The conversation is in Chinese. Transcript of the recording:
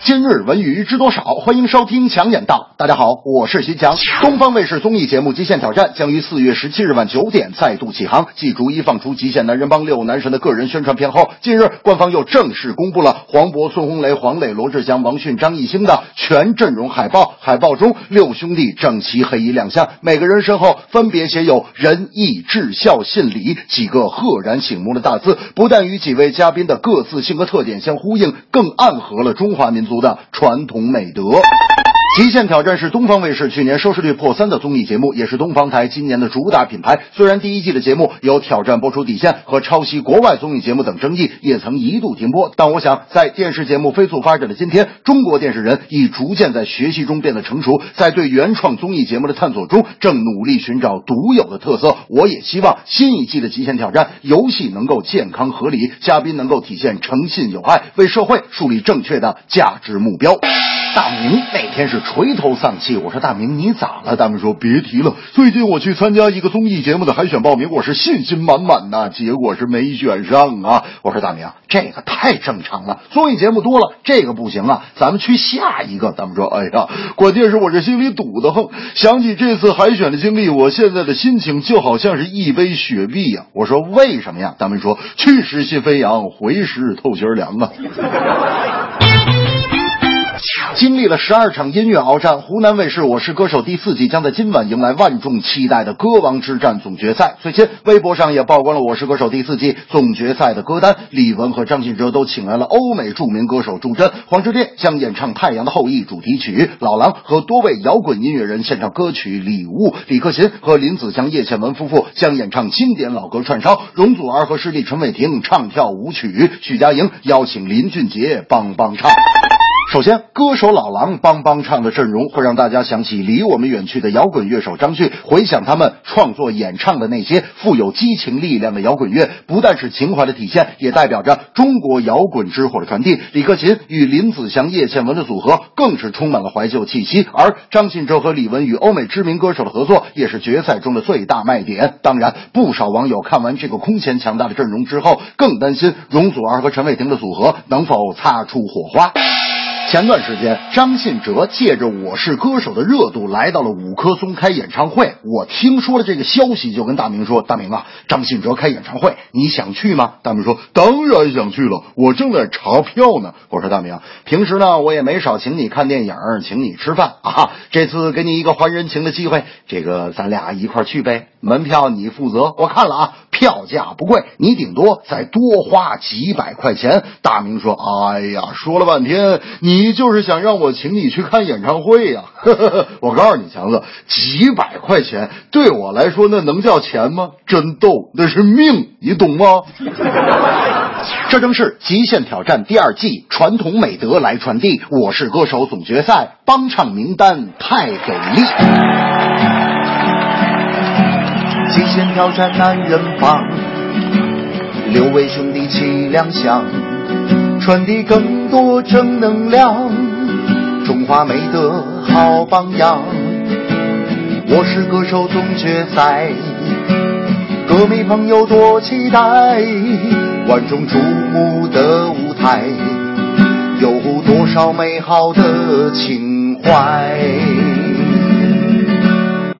今日文娱知多少？欢迎收听强眼道。大家好，我是徐强。东方卫视综艺节目《极限挑战》将于4月17日晚9点再度起航。继逐一放出极限男人帮6男神的个人宣传片后，近日官方又正式公布了黄渤、孙红雷、黄磊、罗志祥、王迅、张艺兴的全阵容海报。海报中6兄弟整齐黑衣亮相，每个人身后分别写有仁义智孝信礼几个赫然醒目的大字，不但与几位嘉宾的各自性格特点相呼应，更暗合了中华民族的传统美德。极限挑战是东方卫视去年收视率破3的综艺节目，也是东方台今年的主打品牌。虽然第一季的节目有挑战播出底线和抄袭国外综艺节目等争议，也曾一度停播，但我想在电视节目飞速发展的今天，中国电视人已逐渐在学习中变得成熟，在对原创综艺节目的探索中正努力寻找独有的特色。我也希望新一季的极限挑战游戏能够健康合理，嘉宾能够体现诚信有爱，为社会树立正确的价值目标。大明那天是垂头丧气，我说大明你咋了？大明说别提了，最近我去参加一个综艺节目的海选报名，我是信心满满呐，结果是没选上啊。我说大明这个太正常了，综艺节目多了，这个不行啊，咱们去下一个。大明说哎呀，关键是我这心里堵得慌，想起这次海选的经历，我现在的心情就好像是一杯雪碧呀。我说为什么呀？大明说去时心飞扬，回时透心凉啊。经历了12场音乐鏖战，湖南卫视《我是歌手》第4季将在今晚迎来万众期待的歌王之战总决赛。最近微博上也曝光了《我是歌手》第4季总决赛的歌单，李玟和张信哲都请来了欧美著名歌手助阵，黄致列将演唱《太阳的后裔》主题曲，老狼和多位摇滚音乐人献唱歌曲《礼物》，李克勤和林子祥、叶倩文夫妇将演唱经典老歌串烧，容祖儿和师弟陈伟霆唱跳舞曲，许佳莹邀请林俊杰帮唱。首先，歌手老狼帮唱的阵容会让大家想起离我们远去的摇滚乐手张旭，回想他们创作演唱的那些富有激情力量的摇滚乐，不但是情怀的体现，也代表着中国摇滚之火的传递。李克勤与林子祥、叶倩文的组合更是充满了怀旧气息，而张信哲和李玟与欧美知名歌手的合作也是决赛中的最大卖点。当然，不少网友看完这个空前强大的阵容之后，更担心容祖儿和陈伟霆的组合能否擦出火花。前段时间，张信哲借着《我是歌手》的热度来到了5棵松开演唱会。我听说了这个消息，就跟大明说：“大明啊，张信哲开演唱会，你想去吗？”大明说：“当然想去了，我正在查票呢。”我说：“大明，平时呢我也没少请你看电影，请你吃饭啊，这次给你一个还人情的机会，这个咱俩一块去呗，门票你负责。我看了啊，票价不贵，你顶多再多花几百块钱。”大明说：“哎呀，说了半天，你就是想让我请你去看演唱会呀。”我告诉你强子，几百块钱对我来说那能叫钱吗？真逗，那是命，你懂吗？这正是极限挑战第2季传统美德来传递，我是歌手总决赛帮唱名单太给力。 极限挑战男人帮，6位兄弟齐亮相，传递更多正能量，中华美德好榜样。我是歌手总决赛，歌迷朋友多期待，万众瞩目的舞台，有多少美好的情怀。